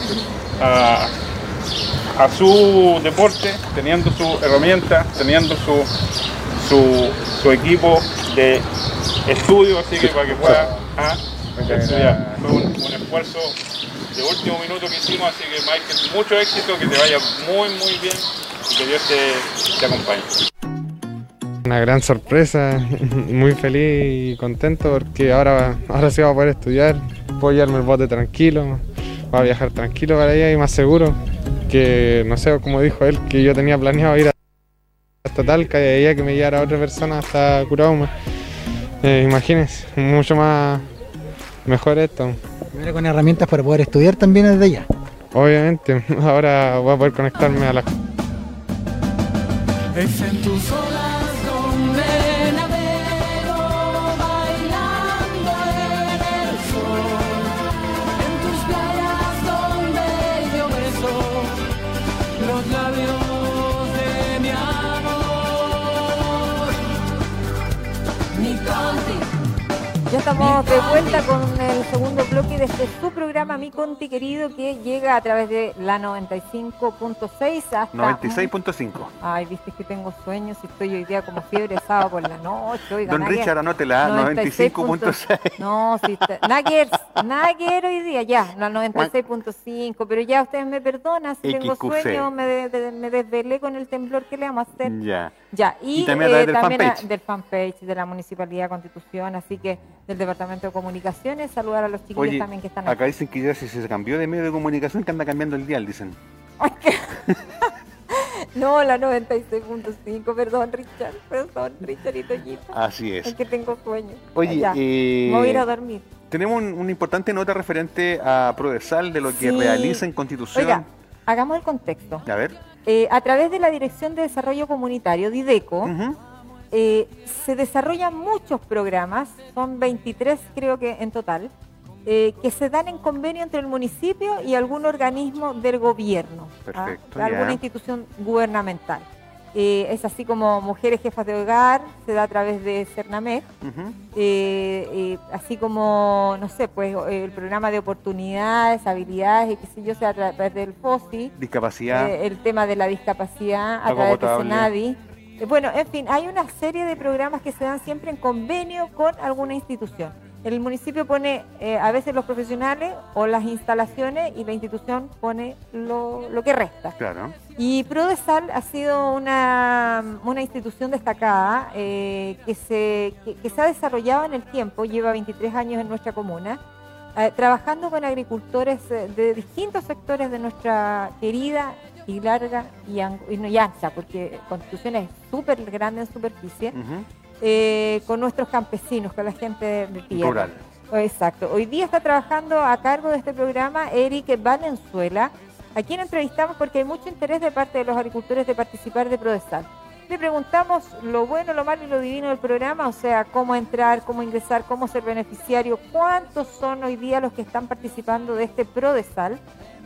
A, a su deporte, teniendo su herramienta, teniendo su, su, su equipo de estudio, así que para que pueda a, estudiar. Fue un, un esfuerzo de último minuto que hicimos, así que Michael, mucho éxito, que te vaya muy muy bien y que Dios te, te acompañe. Una gran sorpresa, muy feliz y contento porque ahora, ahora sí voy a poder estudiar, puedo llevarme el bote tranquilo. Va a viajar tranquilo para allá y más seguro, que no sé, como dijo él, que yo tenía planeado ir hasta Talca y de allá que me llevara otra persona hasta Curauma. Eh, imagínense, mucho más mejor esto. Viene con herramientas para poder estudiar también desde allá. Obviamente, ahora voy a poder conectarme a la... Es en tus olas donde navego, bailando en el sol. Los labios de mi amor, mi conti. Ya estamos de vuelta con el segundo bloque de este su programa Mi Conti Querido, que llega a través de la noventa y cinco punto seis hasta... noventa y seis punto cinco. Ay, viste que tengo sueños y estoy hoy día como fiebre sábado por la noche. Oiga, Don Richard, anótela, noventa y cinco punto seis. No, sí, nada que ver, nada que ver hoy día, ya, la noventa y seis punto cinco, pero ya ustedes me perdonan, si tengo X Q C. sueño, me, de, de, me desvelé con el temblor que le vamos a hacer. Ya. Ya, y, Y también a través eh, del también a- fanpage. del fanpage de la Municipalidad de Constitución, así que del Departamento de Comunicaciones, saludar a los chiquillos Oye, también que están acá acá. dicen que ya si se cambió de medio de comunicación, que anda cambiando el dial, dicen. Ay, qué- No, la noventa y seis punto cinco, perdón, Richard, perdón, Richard y Toñito. Así Es es. que tengo sueño. Oye, Ya, eh, me voy a ir a dormir. tenemos un- una importante nota referente a Prodesal, de lo que Sí. realiza en Constitución. Oiga, hagamos el contexto. A ver. Eh, a través de la Dirección de Desarrollo Comunitario, Dideco, Ujú. eh, se desarrollan muchos programas, son veintitrés creo que en total, eh, que se dan en convenio entre el municipio y algún organismo del gobierno, ¿ah? Perfecto, alguna ya. institución gubernamental. Eh, es así como Mujeres Jefas de Hogar, se da a través de Cernamec, Ujú. eh, eh, así como, no sé, pues eh, el programa de oportunidades, habilidades y qué sé yo, se da a través del FOSI, Discapacidad. eh, el tema de la discapacidad a Agua través de potable. Senadi. Eh, Bueno, en fin, hay una serie de programas que se dan siempre en convenio con alguna institución. El municipio pone eh, a veces los profesionales o las instalaciones y la institución pone lo, lo que resta. Claro. Y Prodesal ha sido una, una institución destacada eh, que, se, que, que se ha desarrollado en el tiempo, lleva veintitrés años en nuestra comuna, eh, trabajando con agricultores eh, de distintos sectores de nuestra querida y larga y, ang- y no- y ancha, porque Constitución es súper grande en superficie, Ujú. eh, con nuestros campesinos, con la gente de, de tierra. Rural. Exacto. Hoy día está trabajando a cargo de este programa Eric Valenzuela, a quien entrevistamos porque hay mucho interés de parte de los agricultores de participar de Prodesal. Le preguntamos lo bueno, lo malo y lo divino del programa, o sea, cómo entrar, cómo ingresar, cómo ser beneficiario, cuántos son hoy día los que están participando de este Prodesal,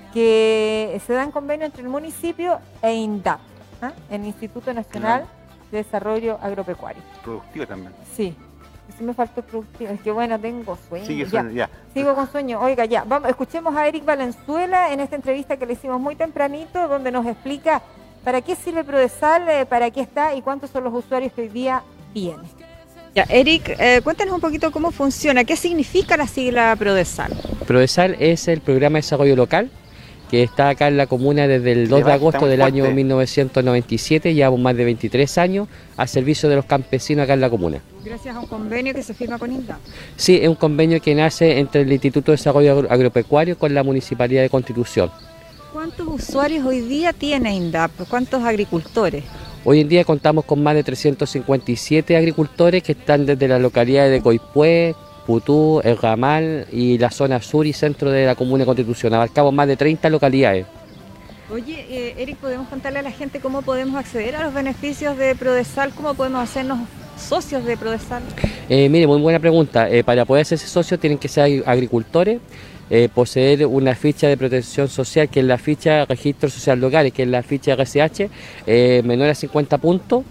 que se da en convenio entre el municipio e INDAP, ¿ah? El Instituto Nacional de Desarrollo Agropecuario. Productiva también. Sí, sí me faltó productivo, es que bueno, tengo sueño. Sigue ya. suena- ya. Sigo con sueño. Oiga, ya, vamos, escuchemos a Eric Valenzuela en esta entrevista que le hicimos muy tempranito, donde nos explica para qué sirve Prodesal, eh, para qué está y cuántos son los usuarios que hoy día tiene. Ya, Eric, eh, cuéntanos un poquito cómo funciona, qué significa la sigla Prodesal. Prodesal es el programa de desarrollo local que está acá en la comuna desde el dos de Levanta agosto muy del año fuerte. mil novecientos noventa y siete, llevamos más de veintitrés años al servicio de los campesinos acá en la comuna. Gracias a un convenio que se firma con INDAP. Sí, es un convenio que nace entre el Instituto de Desarrollo Agro- Agropecuario con la Municipalidad de Constitución. ¿Cuántos usuarios hoy día tiene INDAP? ¿Cuántos agricultores? Hoy en día contamos con más de trescientos cincuenta y siete agricultores que están desde las localidades de Coipué, Putú, El Ramal y la zona sur y centro de la comuna de Constitución. Abarcamos más de treinta localidades. Oye, eh, Eric, ¿podemos contarle a la gente cómo podemos acceder a los beneficios de Prodesal? ¿Cómo podemos hacernos socios de Prodesal? Eh, mire, muy buena pregunta. Eh, para poder hacerse socio tienen que ser ag- agricultores, eh, poseer una ficha de protección social, que es la ficha de registro social locales, que es la ficha R C H, eh, menor a cincuenta puntos.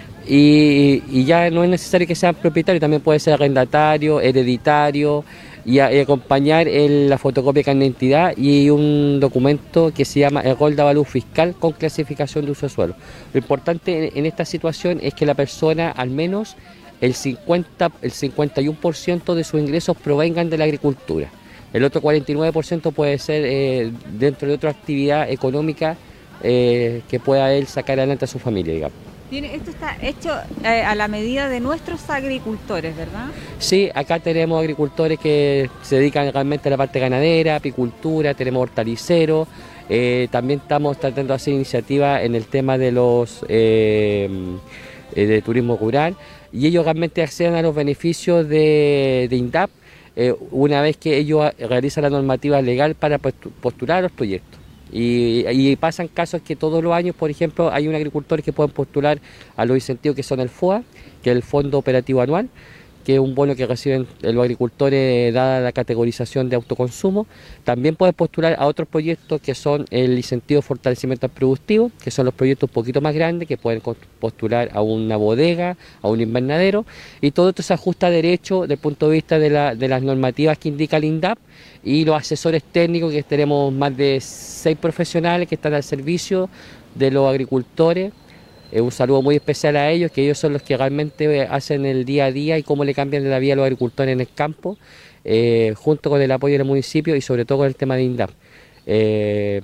Y, y ya no es necesario que sean propietarios, también puede ser arrendatario, hereditario, y, a- y acompañar el- la fotocopia de carnet de identidad y un documento que se llama el rol de avalúo fiscal con clasificación de uso de suelo. Lo importante en, en esta situación es que la persona al menos el cincuenta, el cincuenta y uno por ciento de sus ingresos provengan de la agricultura. El otro cuarenta y nueve por ciento puede ser eh, dentro de otra actividad económica eh, que pueda él sacar adelante a su familia, digamos. Tiene, esto está hecho eh, a la medida de nuestros agricultores, ¿verdad? Sí, acá tenemos agricultores que se dedican realmente a la parte ganadera, apicultura, tenemos hortaliceros, eh, también estamos tratando de hacer iniciativas en el tema de los eh, eh, de turismo rural y ellos realmente acceden a los beneficios de, de INDAP eh, una vez que ellos a- realizan la normativa legal para postu- postular a los proyectos. Y, y pasan casos que todos los años, por ejemplo, hay un agricultor que pueden postular a los incentivos que son el F O A, que es el Fondo Operativo Anual, que es un bono que reciben los agricultores dada la categorización de autoconsumo. También puedes postular a otros proyectos que son el incentivo de fortalecimiento productivo, que son los proyectos un poquito más grandes, que pueden postular a una bodega, a un invernadero, y todo esto se ajusta a derecho desde el punto de vista de, la, de las normativas que indica el INDAP, y los asesores técnicos, que tenemos más de seis profesionales que están al servicio de los agricultores. Eh, un saludo muy especial a ellos, que ellos son los que realmente hacen el día a día y cómo le cambian la vida a los agricultores en el campo, eh, junto con el apoyo del municipio y sobre todo con el tema de INDAP. Eh,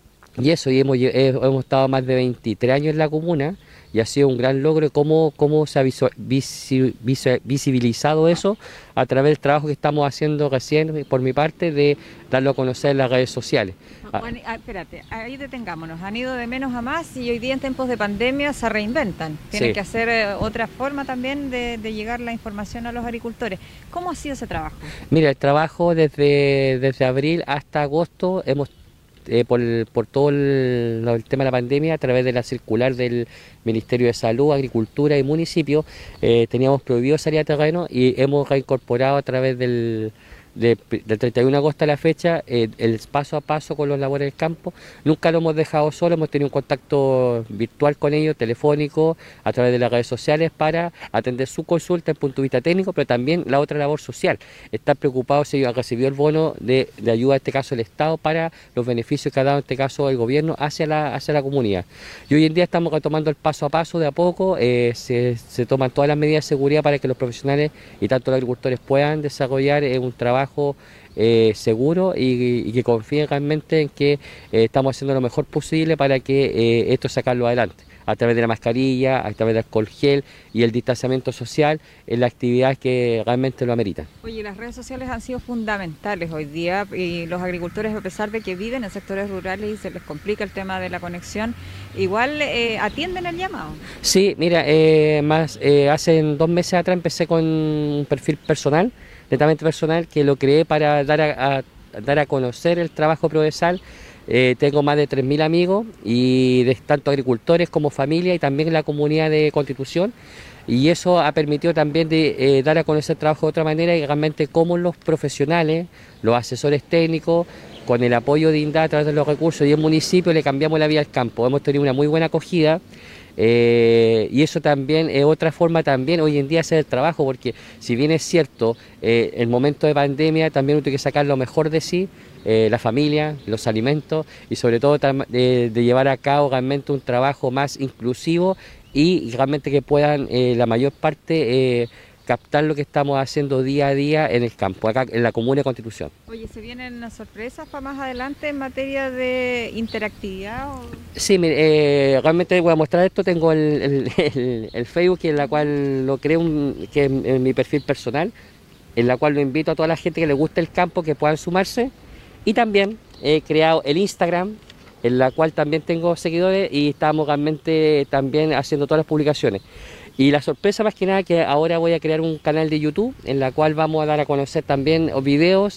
y eso, y hemos, eh, hemos estado más de veintitrés años en la comuna, y ha sido un gran logro cómo, cómo se ha visual, visi, visi, visibilizado eso a través del trabajo que estamos haciendo recién, por mi parte, de darlo a conocer en las redes sociales. Bueno, espérate, ahí detengámonos. Han ido de menos a más y hoy día en tiempos de pandemia se reinventan. Tienen sí. que hacer eh, otra forma también de, de llegar la información a los agricultores. ¿Cómo ha sido ese trabajo? Mira, el trabajo desde, desde abril hasta agosto hemos Eh, por, por todo el, el tema de la pandemia, a través de la circular del Ministerio de Salud, Agricultura y Municipio, eh, teníamos prohibido salir a terreno y hemos reincorporado a través del, de, del treinta y uno de agosto a la fecha eh, el paso a paso con los labores del campo. Nunca lo hemos dejado solo, hemos tenido un contacto virtual con ellos, telefónico, a través de las redes sociales, para atender su consulta desde el punto de vista técnico, pero también la otra labor social. Están preocupados si han recibido el bono de, de ayuda, en este caso el Estado, para los beneficios que ha dado en este caso el gobierno hacia la, hacia la comunidad. Y hoy en día estamos retomando el paso a paso de a poco, eh, se, se toman todas las medidas de seguridad para que los profesionales y tanto los agricultores puedan desarrollar eh, un trabajo Eh, seguro y, y que confíen realmente en que eh, estamos haciendo lo mejor posible para que eh, esto sacarlo adelante, a través de la mascarilla, a través del alcohol gel y el distanciamiento social en las actividades que realmente lo ameritan. Oye, las redes sociales han sido fundamentales hoy día, y los agricultores, a pesar de que viven en sectores rurales y se les complica el tema de la conexión, igual eh, atienden el llamado. Sí, mira, eh, más eh, hace dos meses atrás empecé con un perfil personal, netamente personal, que lo creé para dar a, a, dar a conocer el trabajo Prodesal. Eh, tengo más de tres mil amigos, y de tanto agricultores como familia, y también en la comunidad de Constitución, y eso ha permitido también de, eh, dar a conocer el trabajo de otra manera, y realmente cómo los profesionales, los asesores técnicos, con el apoyo de INDAP a través de los recursos y el municipio, le cambiamos la vida al campo. Hemos tenido una muy buena acogida. Eh, y eso también es otra forma también hoy en día de hacer el trabajo, porque si bien es cierto, eh, el momento de pandemia también uno tiene que sacar lo mejor de sí, eh, la familia, los alimentos, y sobre todo de, de llevar a cabo realmente un trabajo más inclusivo, y realmente que puedan eh, la mayor parte eh, captar lo que estamos haciendo día a día en el campo, acá en la comuna de Constitución. Oye, ¿se vienen sorpresas para más adelante en materia de interactividad? O... Sí, mire, eh, realmente voy a mostrar esto. Tengo el, el, el, el Facebook, en la cual lo creo, un, que es en mi perfil personal, en la cual lo invito a toda la gente que le guste el campo que puedan sumarse, y también he creado el Instagram, en la cual también tengo seguidores, y estamos realmente también haciendo todas las publicaciones. Y la sorpresa más que nada, que ahora voy a crear un canal de YouTube en la cual vamos a dar a conocer también videos.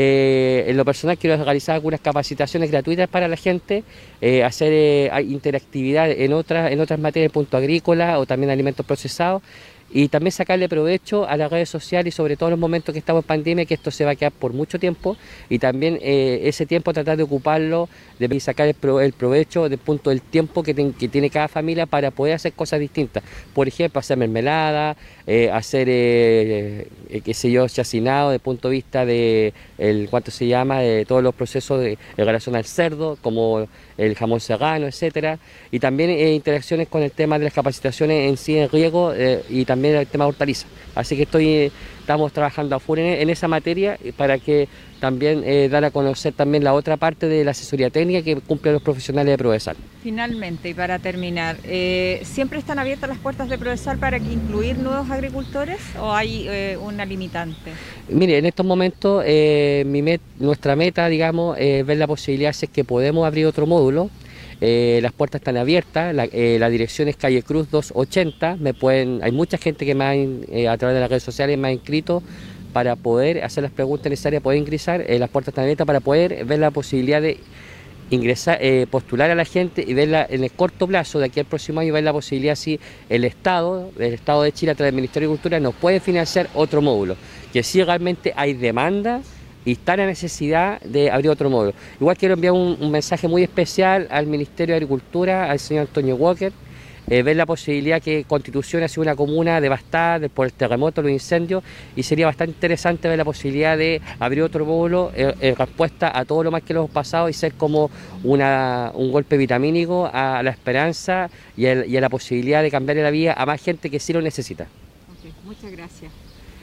Eh, en lo personal quiero realizar algunas capacitaciones gratuitas para la gente, eh, hacer eh, interactividad en otras, en otras materias, punto agrícola o también alimentos procesados, y también sacarle provecho a las redes sociales, y sobre todo en los momentos que estamos en pandemia, que esto se va a quedar por mucho tiempo, y también eh, ese tiempo tratar de ocuparlo, de sacar el, pro, el provecho del punto del tiempo que, ten, que tiene cada familia para poder hacer cosas distintas. Por ejemplo, hacer mermelada, eh, hacer, eh, eh, qué sé yo, chacinado, desde el punto de vista de el, cuánto se llama, de todos los procesos de, de relación al cerdo, como el jamón serrano, etcétera, y también eh, interacciones con el tema de las capacitaciones en sí en riego, eh, y también el tema de hortaliza. Así que estoy, eh, estamos trabajando a full en, en esa materia, para que también eh, dar a conocer también la otra parte de la asesoría técnica que cumplen los profesionales de Prodesal. Finalmente, y para terminar, eh, ¿siempre están abiertas las puertas de Prodesal para que incluir nuevos agricultores, o hay eh, una limitante? Mire, en estos momentos eh, mi met, nuestra meta, digamos, es ver la posibilidad si es que podemos abrir otro módulo. Eh, las puertas están abiertas, la, eh, la dirección es calle Cruz doscientos ochenta, me pueden, hay mucha gente que me ha, eh, a través de las redes sociales me ha inscrito para poder hacer las preguntas necesarias, poder ingresar, eh, las puertas están abiertas para poder ver la posibilidad de ingresar, eh, postular a la gente y verla en el corto plazo, de aquí al próximo año, ver la posibilidad si el Estado, el Estado de Chile a través del Ministerio de Cultura nos puede financiar otro módulo, que si realmente hay demanda y está la necesidad de abrir otro módulo. Igual quiero enviar un, un mensaje muy especial al Ministerio de Agricultura, al señor Antonio Walker, eh, ver la posibilidad que Constitución ha sido una comuna devastada por el terremoto, los incendios, y sería bastante interesante ver la posibilidad de abrir otro módulo eh, en respuesta a todo lo más que lo hemos pasado y ser como una, un golpe vitamínico a la esperanza y, el, y a la posibilidad de cambiarle la vida a más gente que sí lo necesita. Okay, muchas gracias.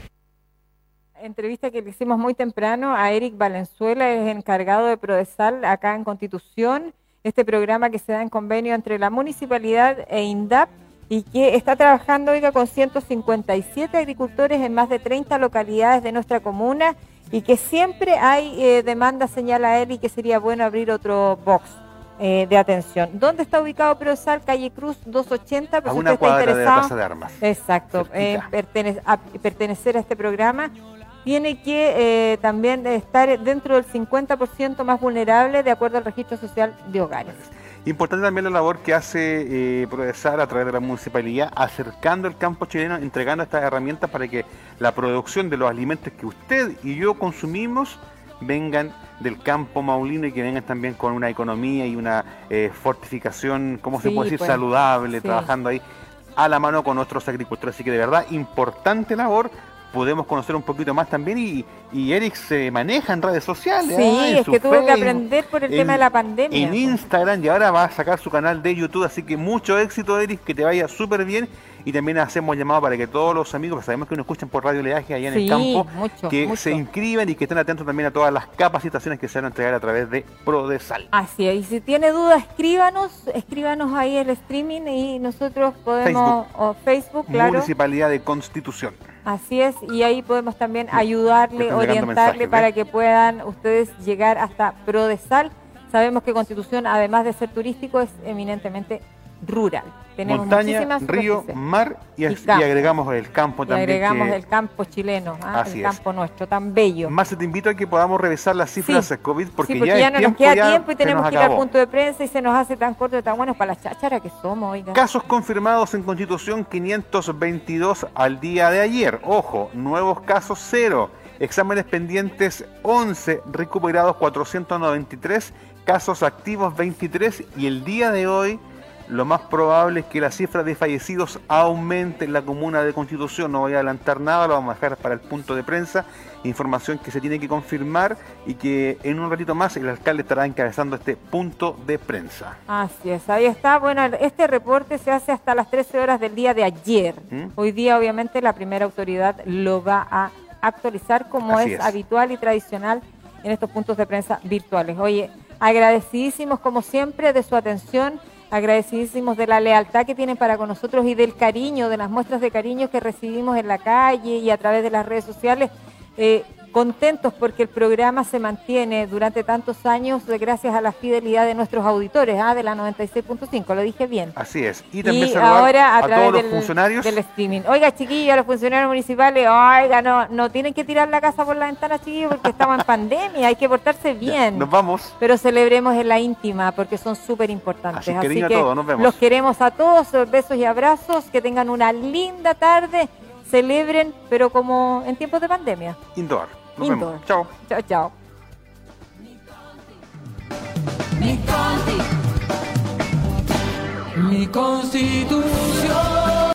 Entrevista que le hicimos muy temprano a Eric Valenzuela, es encargado de Prodesal acá en Constitución, este programa que se da en convenio entre la Municipalidad e INDAP y que está trabajando, oiga, con ciento cincuenta y siete agricultores en más de treinta localidades de nuestra comuna y que siempre hay eh, demanda, señala él, y que sería bueno abrir otro box eh, de atención. ¿Dónde está ubicado Prodesal? Calle Cruz doscientos ochenta, a una cuadra de la Plaza de Armas. Exacto, eh, pertene a pertenecer a este programa. Tiene que eh, también estar dentro del cincuenta por ciento más vulnerable de acuerdo al registro social de hogares. Importante también la labor que hace eh, Prodesal a través de la municipalidad, acercando el campo chileno, entregando estas herramientas para que la producción de los alimentos que usted y yo consumimos vengan del campo maulino y que vengan también con una economía y una eh, fortificación, ¿cómo se Sí, puede decir?, pues, saludable, sí. trabajando ahí a la mano con nuestros agricultores. Así que de verdad, importante labor. Podemos conocer un poquito más también y, y Eric se maneja en redes sociales. Sí, ¿eh? es que tuvo que aprender por el en, tema de la pandemia. En Instagram y ahora va a sacar su canal de YouTube, así que mucho éxito, Eric, que te vaya súper bien. Y también hacemos llamado para que todos los amigos, sabemos que nos escuchan por Radio Oleaje allá en Sí, el campo, mucho, que mucho. se inscriban y que estén atentos también a todas las capacitaciones que se van a entregar a través de Prodesal. Así es, y si tiene dudas, escríbanos, escríbanos ahí el streaming y nosotros podemos, Facebook. o Facebook, claro. Municipalidad de Constitución. Así es, y ahí podemos también ayudarle, Están llegando orientarle mensajes, para ¿eh? que puedan ustedes llegar hasta Prodesal. Sabemos que Constitución, además de ser turístico, es eminentemente rural. Tenemos Montaña, muchísimas río, superficies. mar y, Y y campo. agregamos el campo Y también. agregamos que- el campo chileno, ¿ah? Así el es. campo nuestro, tan bello. Más te invito a que podamos revisar las cifras Sí. de COVID porque, Sí, porque ya, ya el no nos tiempo queda ya tiempo y se tenemos nos que ir al acabó. punto de prensa y se nos hace tan corto y tan bueno para las chácharas que somos, oiga. Casos confirmados en Constitución quinientos veintidós al día de ayer. Ojo, nuevos casos cero. Exámenes pendientes once, recuperados cuatrocientos noventa y tres, casos activos veintitrés y el día de hoy lo más probable es que la cifra de fallecidos aumente en la comuna de Constitución. No voy a adelantar nada, lo vamos a dejar para el punto de prensa. Información que se tiene que confirmar y que en un ratito más el alcalde estará encabezando este punto de prensa. Así es, ahí está. Bueno, este reporte se hace hasta las trece horas del día de ayer. ¿Mm? Hoy día, obviamente, la primera autoridad lo va a actualizar como Así es, es. habitual y tradicional en estos puntos de prensa virtuales. Oye, agradecidísimos como siempre de su atención, agradecidísimos de la lealtad que tienen para con nosotros y del cariño, de las muestras de cariño que recibimos en la calle y a través de las redes sociales. Eh, contentos porque el programa se mantiene durante tantos años de- gracias a la fidelidad de nuestros auditores, ah, de la noventa y seis punto cinco, lo dije bien. Así es. Y también Y saludar ahora a, a través todos los del, funcionarios. del streaming. Oiga, chiquillos, a los funcionarios municipales, oiga, no, no tienen que tirar la casa por la ventana, chiquillos, porque estamos en pandemia, hay que portarse bien. Nos vamos. Pero celebremos en la íntima, porque son súper importantes. Así, cariño a que todos, nos vemos. los queremos a todos, besos y abrazos, que tengan una linda tarde, celebren, pero como en tiempos de pandemia. Indoor. Nos Indoor. vemos. Chao. Chao, chao. Mi conti, mi constitución.